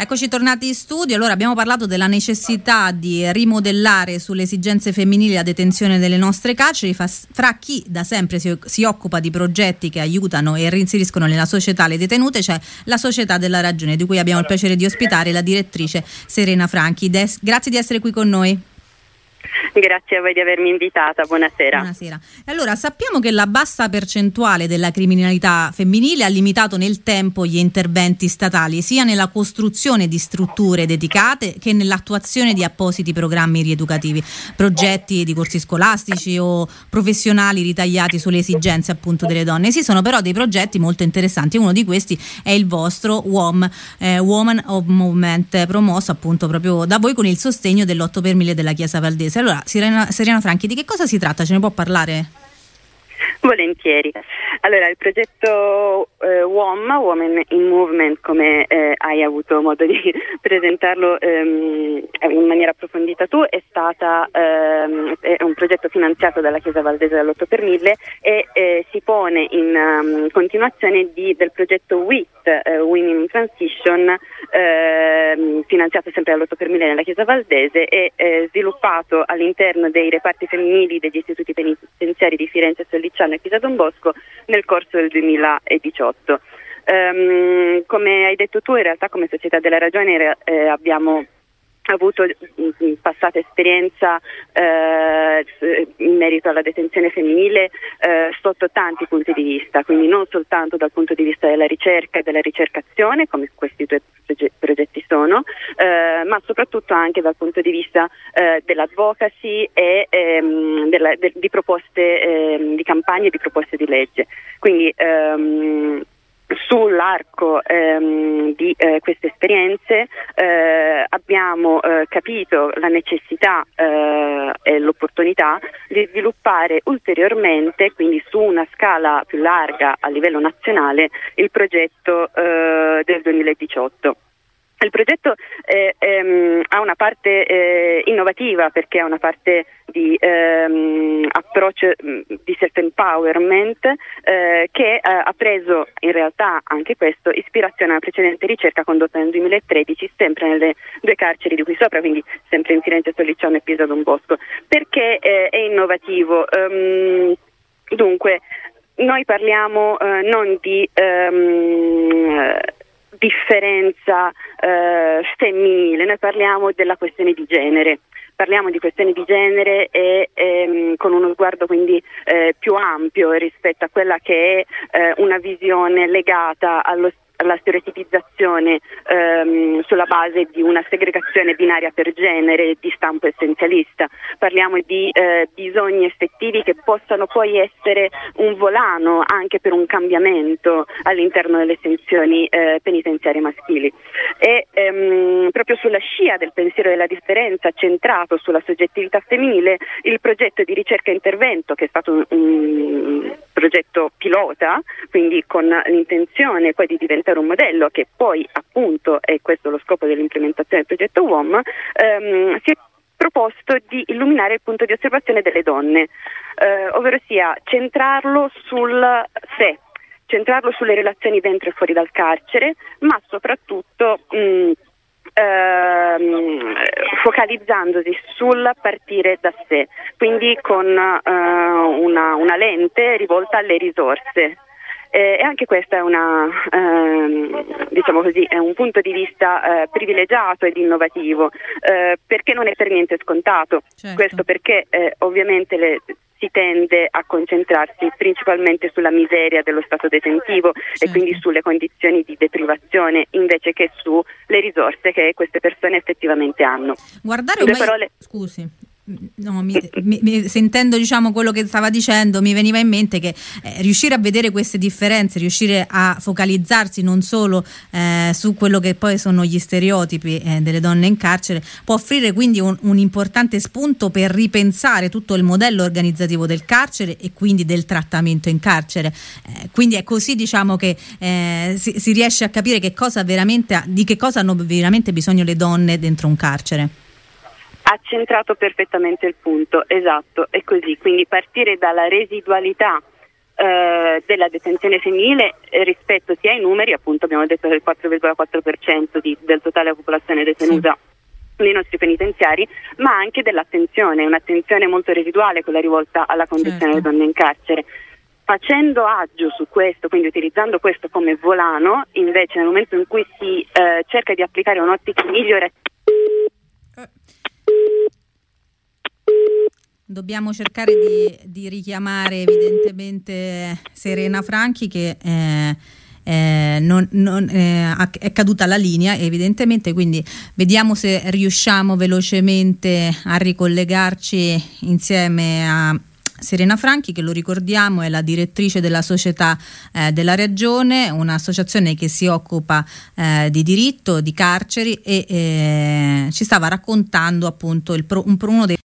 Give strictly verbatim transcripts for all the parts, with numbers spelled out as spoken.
Eccoci tornati in studio. Allora abbiamo parlato della necessità di rimodellare sulle esigenze femminili la detenzione delle nostre carceri fa, fra chi da sempre si, si occupa di progetti che aiutano e reinseriscono nella società le detenute, c'è la Società della Ragione, di cui abbiamo il piacere di ospitare la direttrice Serena Franchi. Des, grazie di essere qui con noi. Grazie a voi di avermi invitata, buonasera. Buonasera. Allora, sappiamo che la bassa percentuale della criminalità femminile ha limitato nel tempo gli interventi statali, sia nella costruzione di strutture dedicate che nell'attuazione di appositi programmi rieducativi, progetti di corsi scolastici o professionali ritagliati sulle esigenze appunto delle donne. Esistono però dei progetti molto interessanti, uno di questi è il vostro W O M, eh, Woman of Movement, promosso appunto proprio da voi con il sostegno dell'otto per mille della Chiesa Valdese. Allora, Serena, Serena Franchi, di che cosa si tratta? Ce ne può parlare? Volentieri. Allora, il progetto eh, W O M, Women in Movement, come eh, hai avuto modo di presentarlo ehm, in maniera approfondita tu, è stata ehm, è un progetto finanziato dalla Chiesa Valdese dall'otto per mille e eh, si pone in um, continuazione di, del progetto W I T, eh, Women in Transition, eh, finanziato sempre dall'otto per mille nella Chiesa Valdese e eh, sviluppato all'interno dei reparti femminili degli istituti penitenziari di Firenze e Sollicciano e Pisa Don Bosco nel corso del duemiladiciotto. Um, come hai detto tu, in realtà come Società della Ragione eh, abbiamo avuto in passata esperienza eh, in merito alla detenzione femminile eh, sotto tanti punti di vista, quindi non soltanto dal punto di vista della ricerca e della ricercazione, come questi due progetti sono, eh, ma soprattutto anche dal punto di vista eh, dell'advocacy e ehm, della, de, di proposte ehm, di campagne e di proposte di legge. Quindi ehm, sull'arco ehm, di eh, queste esperienze eh, abbiamo eh, capito la necessità eh, e l'opportunità di sviluppare ulteriormente, quindi su una scala più larga a livello nazionale, il progetto eh, del duemiladiciotto. Il progetto eh, ehm, ha una parte eh, innovativa perché ha una parte di ehm, approccio di self-empowerment eh, che eh, ha preso in realtà anche questo ispirazione alla precedente ricerca condotta nel duemilatredici sempre nelle due carceri di qui sopra, quindi sempre in Firenze Sollicciano e Pisa Don Bosco. Perché eh, è innovativo? Um, dunque, noi parliamo eh, non di um, differenza eh, femminile, noi parliamo della questione di genere, parliamo di questioni di genere e ehm, con uno sguardo quindi eh, più ampio rispetto a quella che è eh, una visione legata allo alla stereotipizzazione ehm, sulla base di una segregazione binaria per genere di stampo essenzialista. Parliamo di eh, bisogni effettivi che possano poi essere un volano anche per un cambiamento all'interno delle sezioni eh, penitenziarie maschili. E ehm, proprio sulla scia del pensiero della differenza centrato sulla soggettività femminile, il progetto di ricerca e intervento, che è stato un, un progetto pilota, quindi con l'intenzione poi di diventare un modello che poi appunto, e questo è lo scopo dell'implementazione del progetto W O M, ehm, si è proposto di illuminare il punto di osservazione delle donne, eh, ovvero sia centrarlo sul sé, centrarlo sulle relazioni dentro e fuori dal carcere, ma soprattutto mh, ehm, focalizzandosi sul partire da sé, quindi con eh, una, una lente rivolta alle risorse. Eh, e anche questo è una, ehm, diciamo così, è un punto di vista eh, privilegiato ed innovativo, eh, perché non è per niente scontato. Certo. Questo perché eh, ovviamente le, si tende a concentrarsi principalmente sulla miseria dello stato detentivo, certo, e quindi sulle condizioni di deprivazione invece che sulle risorse che queste persone effettivamente hanno. Guardare Due parole... Scusi. No, mi, mi, sentendo diciamo quello che stava dicendo mi veniva in mente che eh, riuscire a vedere queste differenze, riuscire a focalizzarsi non solo eh, su quello che poi sono gli stereotipi eh, delle donne in carcere, può offrire quindi un, un importante spunto per ripensare tutto il modello organizzativo del carcere e quindi del trattamento in carcere. Eh, quindi è così diciamo che eh, si, si riesce a capire che cosa veramente, di che cosa hanno veramente bisogno le donne dentro un carcere. Ha centrato perfettamente il punto, esatto, è così, quindi partire dalla residualità eh, della detenzione femminile eh, rispetto sia ai numeri, appunto abbiamo detto del quattro virgola quattro per cento di, del totale della popolazione detenuta sì. nei nostri penitenziari, ma anche dell'attenzione, un'attenzione molto residuale, quella rivolta alla condizione certo. delle donne in carcere. Facendo aggio su questo, quindi utilizzando questo come volano, invece nel momento in cui si eh, cerca di applicare un'ottica migliorativa. Dobbiamo cercare di, di richiamare evidentemente Serena Franchi che eh, eh, non, non, eh, è caduta la linea evidentemente, quindi vediamo se riusciamo velocemente a ricollegarci insieme a Serena Franchi, che lo ricordiamo è la direttrice della Società eh, della Ragione, un'associazione che si occupa eh, di diritto, di carceri e eh, ci stava raccontando appunto il pro, un, uno dei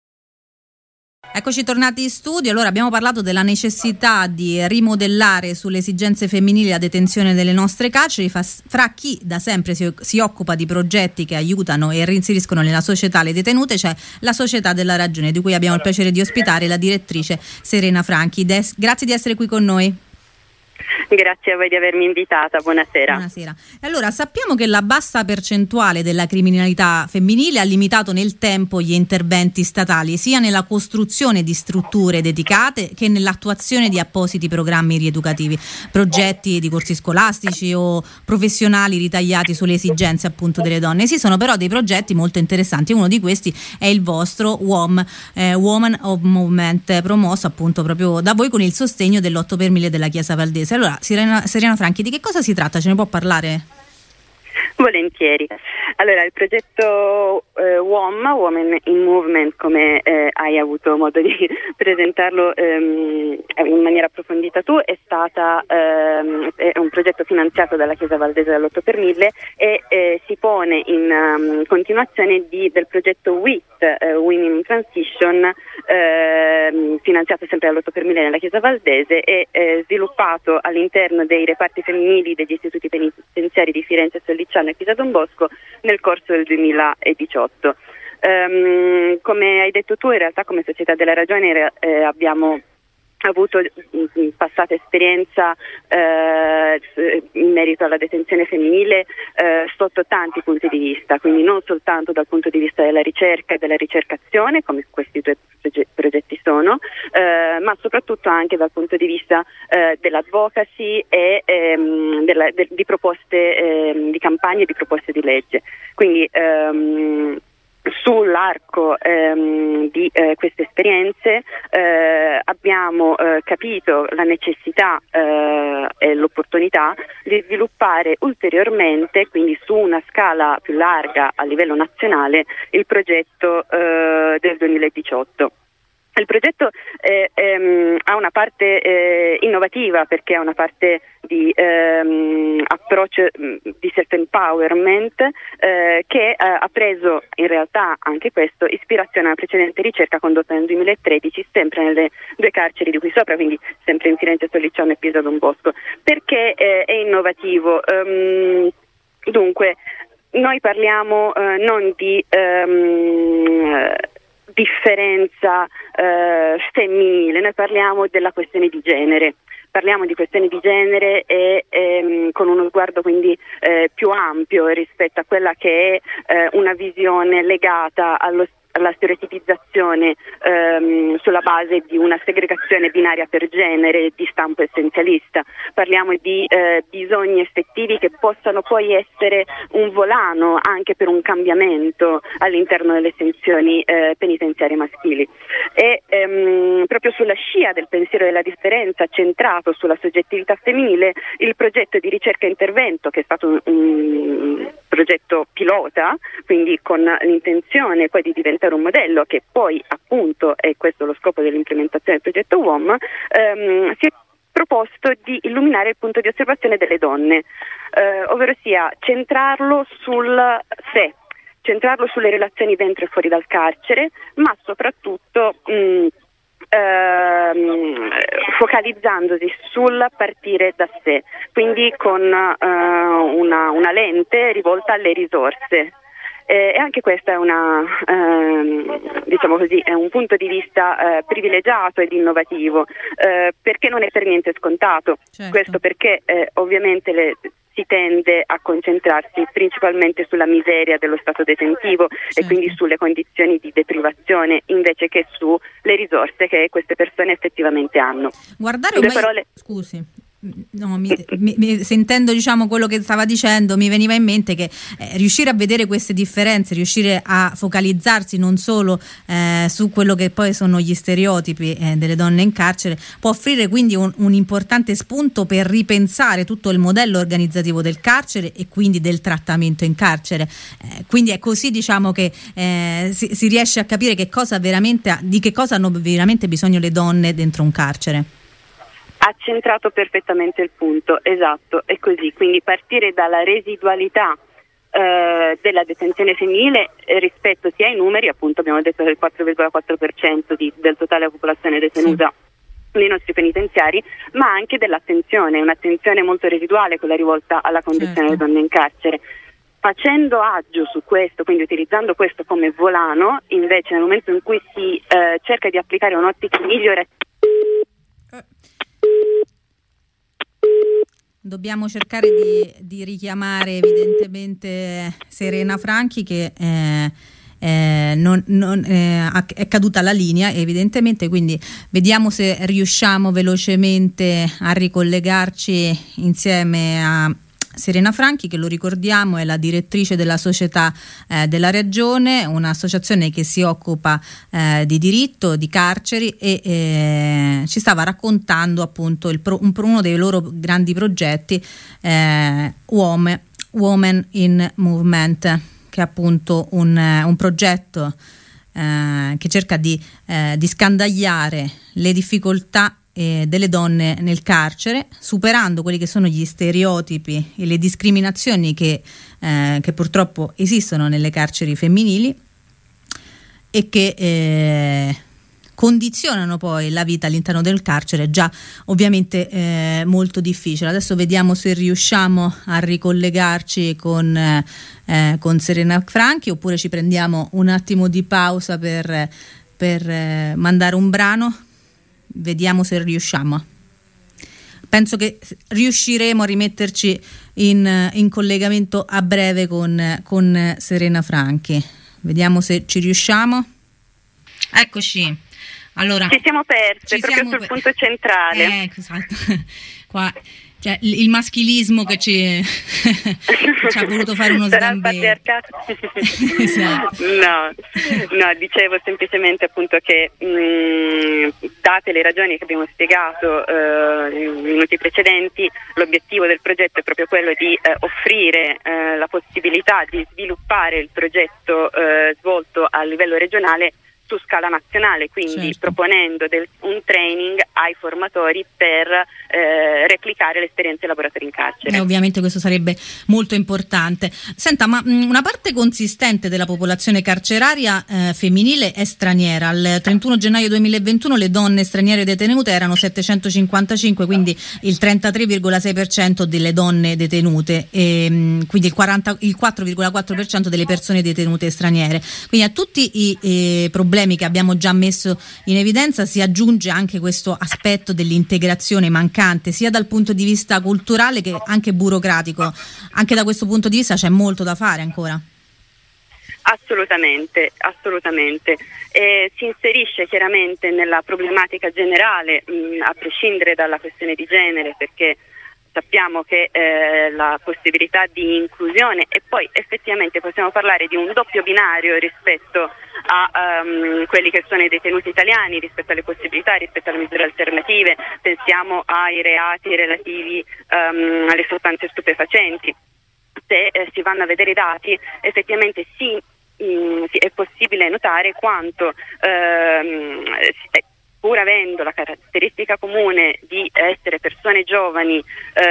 Eccoci tornati in studio. Allora abbiamo parlato della necessità di rimodellare sulle esigenze femminili la detenzione delle nostre carceri fra, fra chi da sempre si, si occupa di progetti che aiutano e reinseriscono nella società le detenute, cioè la Società della Ragione, di cui abbiamo il piacere di ospitare la direttrice Serena Franchi. Des, grazie di essere qui con noi. Grazie a voi di avermi invitata, buonasera. Buonasera. Allora, sappiamo che la bassa percentuale della criminalità femminile ha limitato nel tempo gli interventi statali, sia nella costruzione di strutture dedicate che nell'attuazione di appositi programmi rieducativi, progetti di corsi scolastici o professionali ritagliati sulle esigenze appunto delle donne. Esistono però dei progetti molto interessanti, uno di questi è il vostro W O M, eh, Woman of Movement, promosso appunto proprio da voi con il sostegno dell'otto per mille della Chiesa Valdese. Allora, Serena, Serena Franchi, di che cosa si tratta? Ce ne può parlare? Volentieri. Allora, il progetto eh, W O M, Women in Movement, come eh, hai avuto modo di presentarlo ehm, in maniera approfondita tu, è stata ehm, è un progetto finanziato dalla Chiesa Valdese dall'otto per mille e eh, si pone in um, continuazione di, del progetto W I T, eh, Women in Transition, eh, finanziato sempre dall'otto per mille nella Chiesa Valdese e eh, sviluppato all'interno dei reparti femminili degli istituti penitenziari di Firenze, Sollicciano e Pisa Don Bosco nel corso del duemiladiciotto. Um, come hai detto tu, in realtà come Società della Ragione eh, abbiamo avuto in passata esperienza eh, in merito alla detenzione femminile eh, sotto tanti punti di vista, quindi non soltanto dal punto di vista della ricerca e della ricercazione, come questi due progetti sono, eh, ma soprattutto anche dal punto di vista eh, dell'advocacy e ehm, della, de, di proposte ehm, di campagne e di proposte di legge. Quindi ehm, sull'arco ehm, di eh, queste esperienze eh, abbiamo eh, capito la necessità eh, e l'opportunità di sviluppare ulteriormente, quindi su una scala più larga a livello nazionale, il progetto eh, del duemiladiciotto. Il progetto eh, ehm, ha una parte eh, innovativa perché ha una parte di ehm, approccio di self-empowerment eh, che eh, ha preso in realtà anche questo ispirazione alla precedente ricerca condotta nel duemilatredici sempre nelle due carceri di qui sopra, quindi sempre in Firenze, Sollicciano e Pisa Don Bosco. Perché eh, è innovativo? Um, dunque, noi parliamo eh, non di um, differenza eh, femminile, noi parliamo della questione di genere. Parliamo di questioni di genere e ehm, con uno sguardo quindi eh, più ampio rispetto a quella che è eh, una visione legata allo alla stereotipizzazione ehm, sulla base di una segregazione binaria per genere di stampo essenzialista. Parliamo di eh, bisogni effettivi che possano poi essere un volano anche per un cambiamento all'interno delle sezioni eh, penitenziarie maschili. E ehm, proprio sulla scia del pensiero della differenza centrato sulla soggettività femminile, il progetto di ricerca e intervento, che è stato un, un progetto pilota, quindi con l'intenzione poi di diventare un modello che poi appunto, e questo è lo scopo dell'implementazione del progetto W O M, ehm, si è proposto di illuminare il punto di osservazione delle donne, eh, ovvero sia centrarlo sul sé, centrarlo sulle relazioni dentro e fuori dal carcere, ma soprattutto mh, ehm, focalizzandosi sul partire da sé, quindi con eh, una, una lente rivolta alle risorse. Eh, e anche questo è una, ehm, diciamo così, è un punto di vista eh, privilegiato ed innovativo, eh, perché non è per niente scontato. Certo. Questo perché eh, ovviamente le si tende a concentrarsi principalmente sulla miseria dello stato detentivo, certo, e quindi sulle condizioni di deprivazione, invece che sulle risorse che queste persone effettivamente hanno. Guardare Due parole... Scusi. No, mi, mi, mi, sentendo diciamo quello che stava dicendo, mi veniva in mente che eh, riuscire a vedere queste differenze, riuscire a focalizzarsi non solo eh, su quello che poi sono gli stereotipi eh, delle donne in carcere, può offrire quindi un, un importante spunto per ripensare tutto il modello organizzativo del carcere e quindi del trattamento in carcere. Eh, quindi è così, diciamo, che eh, si, si riesce a capire che cosa veramente, di che cosa hanno veramente bisogno le donne dentro un carcere. Ha centrato perfettamente il punto, esatto, è così, quindi partire dalla residualità eh, della detenzione femminile eh, rispetto sia ai numeri, appunto abbiamo detto che il quattro virgola quattro per cento di, del totale della popolazione detenuta sì. nei nostri penitenziari, ma anche dell'attenzione, un'attenzione molto residuale, quella rivolta alla condizione certo. delle donne in carcere. Facendo aggio su questo, quindi utilizzando questo come volano, invece nel momento in cui si eh, cerca di applicare un'ottica migliorativa. Dobbiamo cercare di, di richiamare evidentemente Serena Franchi che eh, eh, non, non, eh, è caduta la linea evidentemente, quindi vediamo se riusciamo velocemente a ricollegarci insieme a Serena Franchi, che lo ricordiamo è la direttrice della Società eh, della Regione, un'associazione che si occupa eh, di diritto, di carceri e eh, ci stava raccontando appunto il pro, un, uno dei loro grandi progetti, eh, Women, Women in Movement, che è appunto un, un progetto eh, che cerca di, eh, di scandagliare le difficoltà delle donne nel carcere, superando quelli che sono gli stereotipi e le discriminazioni che, eh, che purtroppo esistono nelle carceri femminili e che eh, condizionano poi la vita all'interno del carcere, già ovviamente eh, molto difficile. Adesso vediamo se riusciamo a ricollegarci con, eh, con Serena Franchi, oppure ci prendiamo un attimo di pausa per, per eh, mandare un brano. Vediamo se riusciamo. Penso che riusciremo a rimetterci in, in collegamento a breve con, con Serena Franchi. Vediamo se ci riusciamo. Eccoci. Allora, ci siamo perse ci proprio siamo sul per... punto centrale. Eh, esatto. Qua cioè, il maschilismo che ci, ci ha voluto fare uno sgambetto. Esatto. no, no, dicevo semplicemente appunto che mh, date le ragioni che abbiamo spiegato eh, nei minuti precedenti, l'obiettivo del progetto è proprio quello di eh, offrire eh, la possibilità di sviluppare il progetto eh, svolto a livello regionale su scala nazionale, quindi certo. proponendo del, un training ai formatori per eh, replicare le esperienze lavoratori in carcere. E ovviamente questo sarebbe molto importante. Senta, ma mh, una parte consistente della popolazione carceraria eh, femminile è straniera. Al trentuno gennaio duemilaventuno le donne straniere detenute erano settecentocinquantacinque, quindi il trentatré virgola sei per cento delle donne detenute, e, mh, quindi il, quaranta, il quattro virgola quattro per cento delle persone detenute straniere. Quindi a tutti i eh, problemi che abbiamo già messo in evidenza si aggiunge anche questo aspetto dell'integrazione mancante, sia dal punto di vista culturale che anche burocratico. Anche da questo punto di vista c'è molto da fare ancora. Assolutamente, assolutamente. Eh, si inserisce chiaramente nella problematica generale, mh, a prescindere dalla questione di genere, perché sappiamo che eh, la possibilità di inclusione, e poi effettivamente possiamo parlare di un doppio binario rispetto a um, quelli che sono i detenuti italiani, rispetto alle possibilità, rispetto alle misure alternative. Pensiamo ai reati relativi um, alle sostanze stupefacenti. Se eh, si vanno a vedere i dati, effettivamente sì, mh, sì, è possibile notare quanto ehm, pur avendo la caratteristica comune di essere persone giovani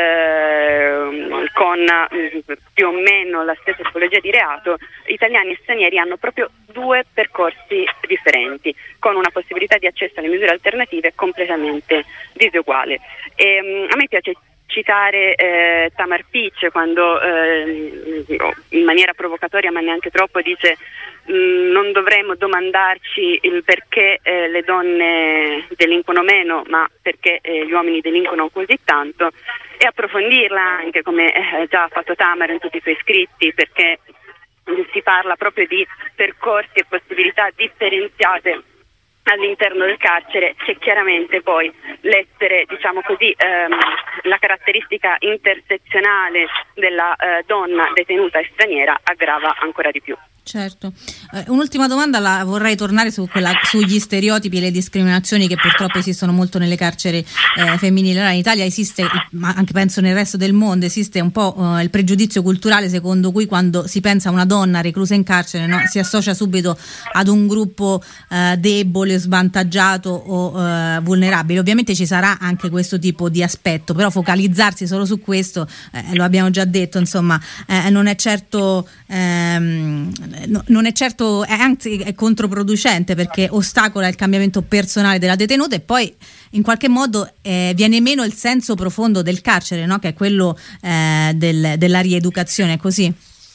eh, con mh, più o meno la stessa tipologia di reato, italiani e stranieri hanno proprio due percorsi differenti, con una possibilità di accesso alle misure alternative completamente diseguale. E, mh, a me piace citare eh, Tamar Peach quando eh, in maniera provocatoria ma neanche troppo dice mh, non dovremmo domandarci il perché eh, le donne delinquono meno, ma perché eh, gli uomini delinquono così tanto, e approfondirla anche come eh, già ha fatto Tamar in tutti i suoi scritti, perché si parla proprio di percorsi e possibilità differenziate all'interno del carcere. C'è chiaramente poi l'essere, diciamo così, ehm, la caratteristica intersezionale della eh, donna detenuta e straniera aggrava ancora di più. Certo. Eh, un'ultima domanda, la vorrei tornare su quella, sugli stereotipi e le discriminazioni che purtroppo esistono molto nelle carceri eh, femminili. Allora, in Italia esiste, ma anche penso nel resto del mondo, esiste un po' eh, il pregiudizio culturale secondo cui quando si pensa a una donna reclusa in carcere, no, si associa subito ad un gruppo eh, debole, svantaggiato o eh, vulnerabile. Ovviamente ci sarà anche questo tipo di aspetto, però focalizzarsi solo su questo, eh, lo abbiamo già detto, insomma, eh, non è certo... Ehm, No, non è certo, è, anzi è controproducente, perché ostacola il cambiamento personale della detenuta e poi in qualche modo eh, viene meno il senso profondo del carcere, no? Che è quello eh, del, della rieducazione, è così?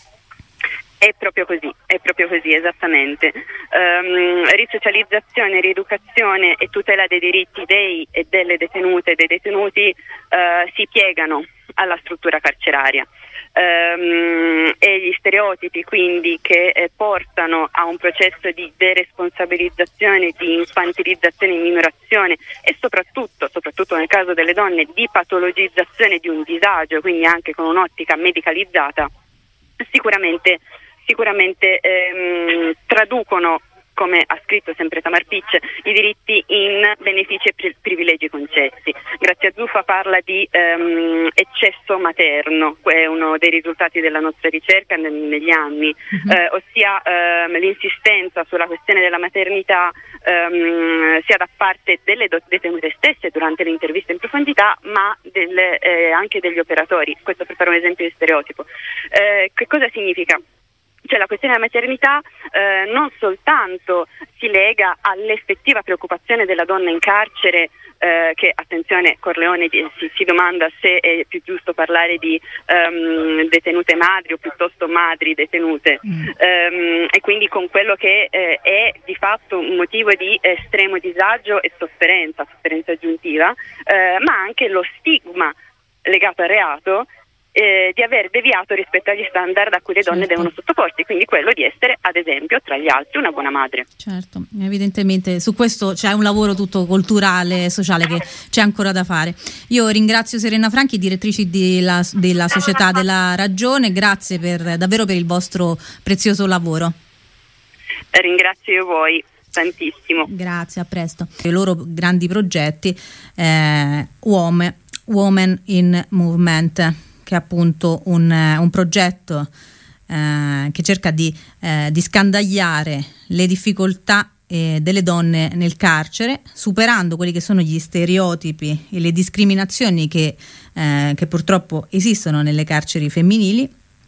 È proprio così, è proprio così, esattamente. Um, risocializzazione, rieducazione e tutela dei diritti dei e delle detenute e dei detenuti uh, si piegano alla struttura carceraria. Um, e gli stereotipi quindi che eh, portano a un processo di deresponsabilizzazione, di infantilizzazione, minorazione e soprattutto, soprattutto nel caso delle donne, di patologizzazione di un disagio, quindi anche con un'ottica medicalizzata, sicuramente, sicuramente ehm, traducono, come ha scritto sempre Tamar Peach, i diritti in benefici e pri- privilegi concessi. Grazia Zuffa parla di um, eccesso materno, è uno dei risultati della nostra ricerca neg- negli anni, uh-huh. eh, ossia um, l'insistenza sulla questione della maternità um, sia da parte delle do- detenute stesse durante le interviste in profondità, ma delle, eh, anche degli operatori. Questo per fare un esempio di stereotipo. Eh, che cosa significa? Cioè la questione della maternità eh, non soltanto si lega all'effettiva preoccupazione della donna in carcere, eh, che attenzione Corleone di, si, si domanda se è più giusto parlare di um, detenute madri o piuttosto madri detenute, mm. um, e quindi con quello che eh, è di fatto un motivo di estremo disagio e sofferenza, sofferenza aggiuntiva, eh, ma anche lo stigma legato al reato Eh, di aver deviato rispetto agli standard a cui le donne certo. devono sottoporsi, quindi quello di essere, ad esempio, tra gli altri, una buona madre. Certo, evidentemente su questo c'è un lavoro tutto culturale e sociale che c'è ancora da fare. Io ringrazio Serena Franchi, direttrice della, della Società della Ragione, grazie per davvero per il vostro prezioso lavoro. Ringrazio io voi tantissimo. Grazie, a presto. I loro grandi progetti eh, Women, Women in Movement, che è appunto un, un progetto eh, che cerca di, eh, di scandagliare le difficoltà eh, delle donne nel carcere, superando quelli che sono gli stereotipi e le discriminazioni che, eh, che purtroppo esistono nelle carceri femminili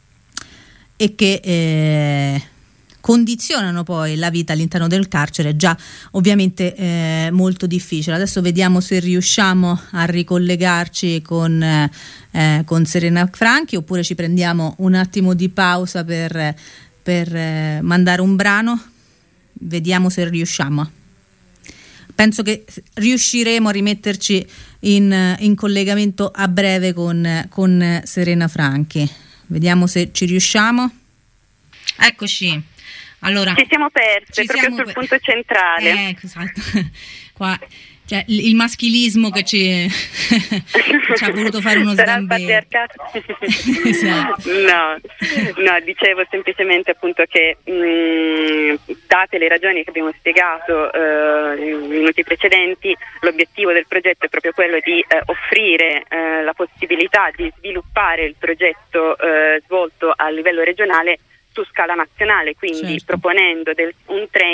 e che eh, condizionano poi la vita all'interno del carcere, già ovviamente eh, molto difficile. Adesso vediamo se riusciamo a ricollegarci con, eh, con Serena Franchi, oppure ci prendiamo un attimo di pausa per, per eh, mandare un brano. Vediamo se riusciamo. Penso che riusciremo a rimetterci in, in collegamento a breve con, con Serena Franchi. Vediamo se ci riusciamo. Eccoci. Allora, ci siamo perse ci proprio siamo sul per... punto centrale. Eh, esatto. Qua, cioè, il maschilismo che ci, ci ha voluto fare uno sgambetto. Esatto. No, no, dicevo semplicemente appunto che mh, date le ragioni che abbiamo spiegato eh, nei minuti precedenti, l'obiettivo del progetto è proprio quello di eh, offrire eh, la possibilità di sviluppare il progetto eh, svolto a livello regionale su scala nazionale, quindi certo. proponendo del, un training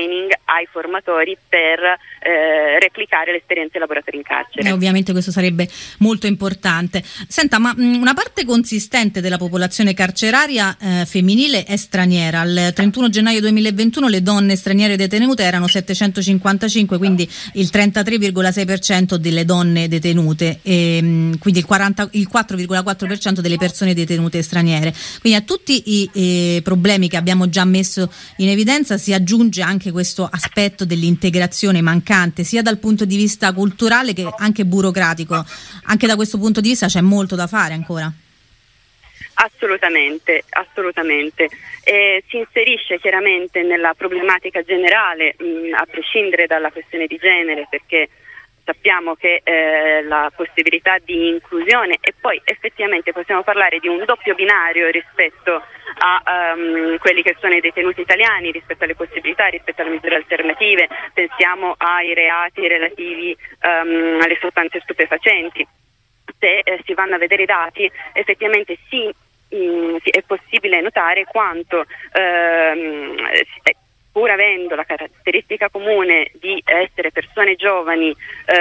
ai formatori per eh, replicare le esperienze lavoratori in carcere. E ovviamente questo sarebbe molto importante. Senta, ma mh, una parte consistente della popolazione carceraria eh, femminile è straniera. Al trentuno gennaio duemilaventuno le donne straniere detenute erano settecentocinquantacinque, quindi il trentatré virgola sei per cento delle donne detenute, e, mh, quindi il, quaranta, il quattro virgola quattro per cento delle persone detenute straniere. Quindi a tutti i eh, problemi che abbiamo già messo in evidenza si aggiunge anche questo aspetto dell'integrazione mancante, sia dal punto di vista culturale che anche burocratico. Anche da questo punto di vista c'è molto da fare ancora. Assolutamente, assolutamente. Eh, si inserisce chiaramente nella problematica generale, mh, a prescindere dalla questione di genere, perché sappiamo che eh, la possibilità di inclusione, e poi effettivamente possiamo parlare di un doppio binario rispetto a um, quelli che sono i detenuti italiani, rispetto alle possibilità, rispetto alle misure alternative. Pensiamo ai reati relativi um, alle sostanze stupefacenti. Se eh, si vanno a vedere i dati, effettivamente sì, mh, sì, è possibile notare quanto ehm, pur avendo la caratteristica comune di essere persone giovani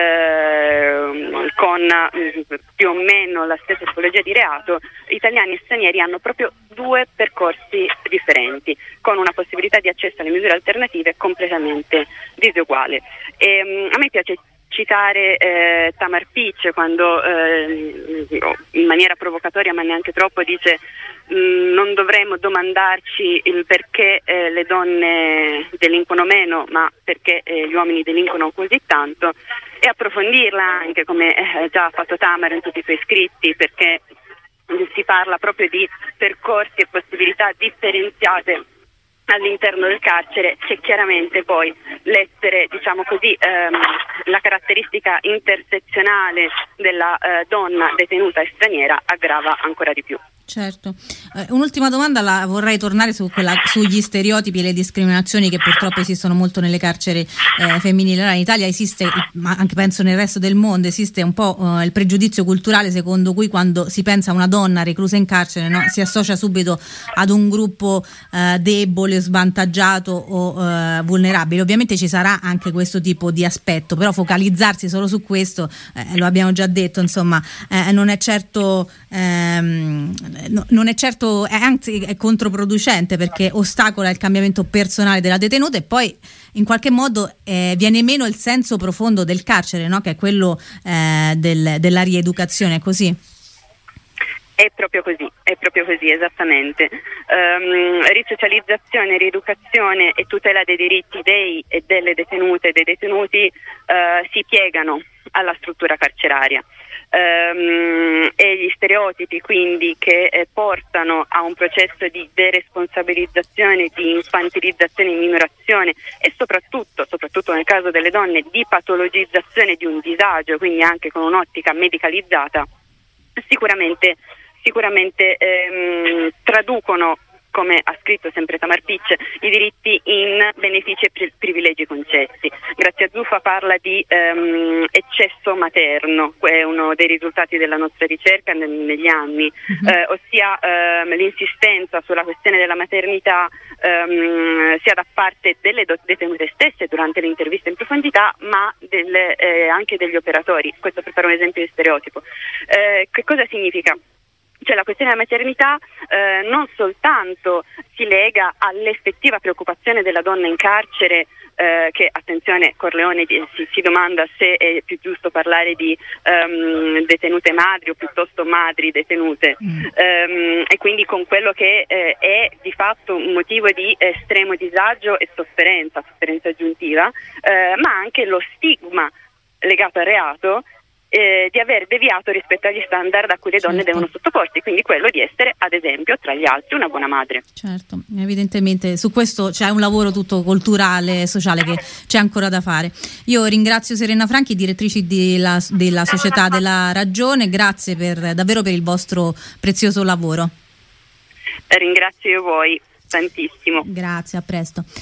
eh, con mh, più o meno la stessa tipologia di reato, italiani e stranieri hanno proprio due percorsi differenti, con una possibilità di accesso alle misure alternative completamente disuguale. E, mh, a me piace citare eh, Tamar Peach quando eh, in maniera provocatoria, ma neanche troppo, dice mh, non dovremmo domandarci il perché eh, le donne delinquono meno, ma perché eh, gli uomini delinquono così tanto, e approfondirla anche, come eh, già ha fatto Tamar in tutti i suoi scritti, perché si parla proprio di percorsi e possibilità differenziate all'interno del carcere. C'è chiaramente poi l'essere, diciamo così, ehm, la caratteristica intersezionale della eh, donna detenuta e straniera aggrava ancora di più. Certo. Eh, un'ultima domanda, la vorrei tornare su quella, sugli stereotipi e le discriminazioni che purtroppo esistono molto nelle carceri eh, femminili. Allora, in Italia esiste, ma anche penso nel resto del mondo, esiste un po' eh, il pregiudizio culturale secondo cui quando si pensa a una donna reclusa in carcere, no, si associa subito ad un gruppo eh, debole, svantaggiato o eh, vulnerabile. Ovviamente ci sarà anche questo tipo di aspetto, però focalizzarsi solo su questo, eh, lo abbiamo già detto, insomma, eh, non è certo ehm, No, non è certo, è, anzi è controproducente, perché ostacola il cambiamento personale della detenuta e poi in qualche modo eh, viene meno il senso profondo del carcere, no? Che è quello eh, del, della rieducazione, è così? È proprio così, è proprio così, esattamente. Um, risocializzazione, rieducazione e tutela dei diritti dei e delle detenute e dei detenuti uh, si piegano alla struttura carceraria. Um, e gli stereotipi quindi che eh, portano a un processo di deresponsabilizzazione, di infantilizzazione e minorazione, e soprattutto, soprattutto nel caso delle donne, di patologizzazione di un disagio, quindi anche con un'ottica medicalizzata, sicuramente sicuramente ehm, traducono, come ha scritto sempre Tamar Peach, i diritti in benefici e pri- privilegi concessi. Grazia Zuffa parla di ehm, eccesso materno, è uno dei risultati della nostra ricerca neg- negli anni, uh-huh. eh, ossia ehm, l'insistenza sulla questione della maternità ehm, sia da parte delle do- detenute stesse durante le interviste in profondità, ma delle, eh, anche degli operatori. Questo per fare un esempio di stereotipo. Eh, che cosa significa? Cioè la questione della maternità eh, non soltanto si lega all'effettiva preoccupazione della donna in carcere, eh, che, attenzione, Corleone si, si domanda se è più giusto parlare di um, detenute madri o piuttosto madri detenute, mm. um, e quindi con quello che eh, è di fatto un motivo di estremo disagio e sofferenza, sofferenza aggiuntiva, eh, ma anche lo stigma legato al reato, Eh, di aver deviato rispetto agli standard a cui le donne certo. devono sottoporsi, quindi quello di essere, ad esempio, tra gli altri, una buona madre. Certo, evidentemente su questo c'è un lavoro tutto culturale e sociale che c'è ancora da fare. Io ringrazio Serena Franchi, direttrice della, della Società della Ragione, grazie per davvero per il vostro prezioso lavoro. Ringrazio io voi tantissimo. Grazie, a presto.